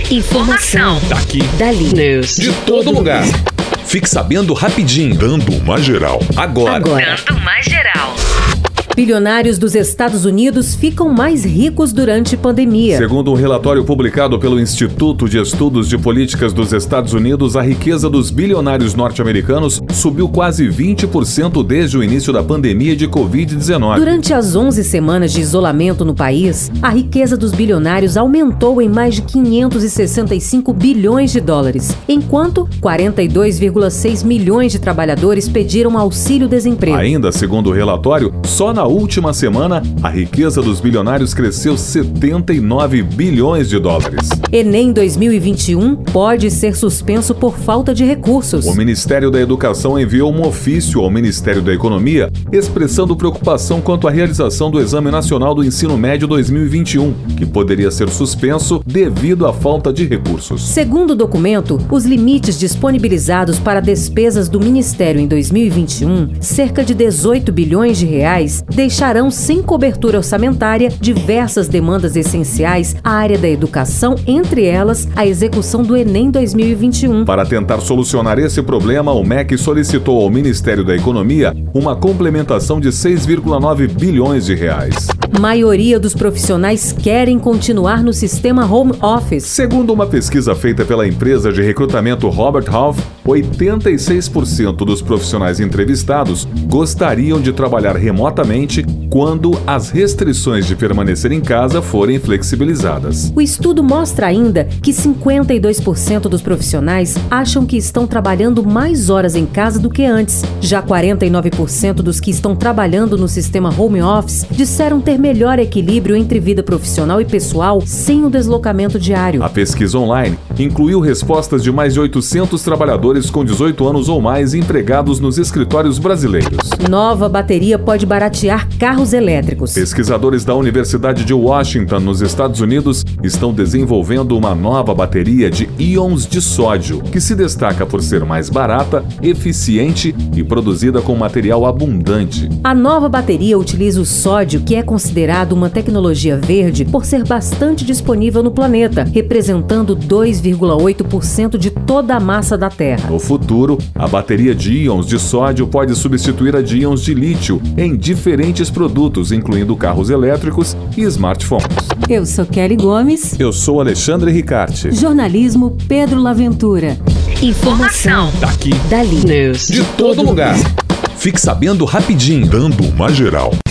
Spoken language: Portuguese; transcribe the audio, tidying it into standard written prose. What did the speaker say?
Informação. Daqui. Dali. News. De todo lugar. Fique sabendo rapidinho. Dando uma geral. Agora. Dando uma geral. Bilionários dos Estados Unidos ficam mais ricos durante pandemia. Segundo um relatório publicado pelo Instituto de Estudos de Políticas dos Estados Unidos, a riqueza dos bilionários norte-americanos subiu quase 20% desde o início da pandemia de Covid-19. Durante as 11 semanas de isolamento no país, a riqueza dos bilionários aumentou em mais de 565 bilhões de dólares, enquanto 42,6 milhões de trabalhadores pediram auxílio-desemprego. Ainda, segundo o relatório, só na última semana, a riqueza dos bilionários cresceu 79 bilhões de dólares. Enem 2021 pode ser suspenso por falta de recursos. O Ministério da Educação enviou um ofício ao Ministério da Economia expressando preocupação quanto à realização do Exame Nacional do Ensino Médio 2021, que poderia ser suspenso devido à falta de recursos. Segundo o documento, os limites disponibilizados para despesas do Ministério em 2021, cerca de 18 bilhões de reais, deixarão sem cobertura orçamentária diversas demandas essenciais à área da educação, entre elas a execução do Enem 2021. Para tentar solucionar esse problema, o MEC solicitou ao Ministério da Economia uma complementação de 6,9 bilhões de reais. Maioria dos profissionais querem continuar no sistema home office. Segundo uma pesquisa feita pela empresa de recrutamento Robert Half, 86% dos profissionais entrevistados gostariam de trabalhar remotamente quando as restrições de permanecer em casa forem flexibilizadas. O estudo mostra ainda que 52% dos profissionais acham que estão trabalhando mais horas em casa do que antes. Já 49% dos que estão trabalhando no sistema home office disseram ter melhor equilíbrio entre vida profissional e pessoal sem o deslocamento diário. A pesquisa online incluiu respostas de mais de 800 trabalhadores com 18 anos ou mais empregados nos escritórios brasileiros. Nova bateria pode baratear carros elétricos. Pesquisadores da Universidade de Washington, nos Estados Unidos, estão desenvolvendo uma nova bateria de íons de sódio, que se destaca por ser mais barata, eficiente e produzida com material abundante. A nova bateria utiliza o sódio, que é considerado uma tecnologia verde por ser bastante disponível no planeta, representando 2,8% de toda a massa da Terra. No futuro, a bateria de íons de sódio pode substituir a de íons de lítio em diferentes produtos, incluindo carros elétricos e smartphones. Eu sou Kelly Gomes. Eu sou Alexandre Ricarte. Jornalismo Pedro Laventura. Informação. Daqui. Dali. News. De todo lugar. Fique sabendo rapidinho. Dando uma geral.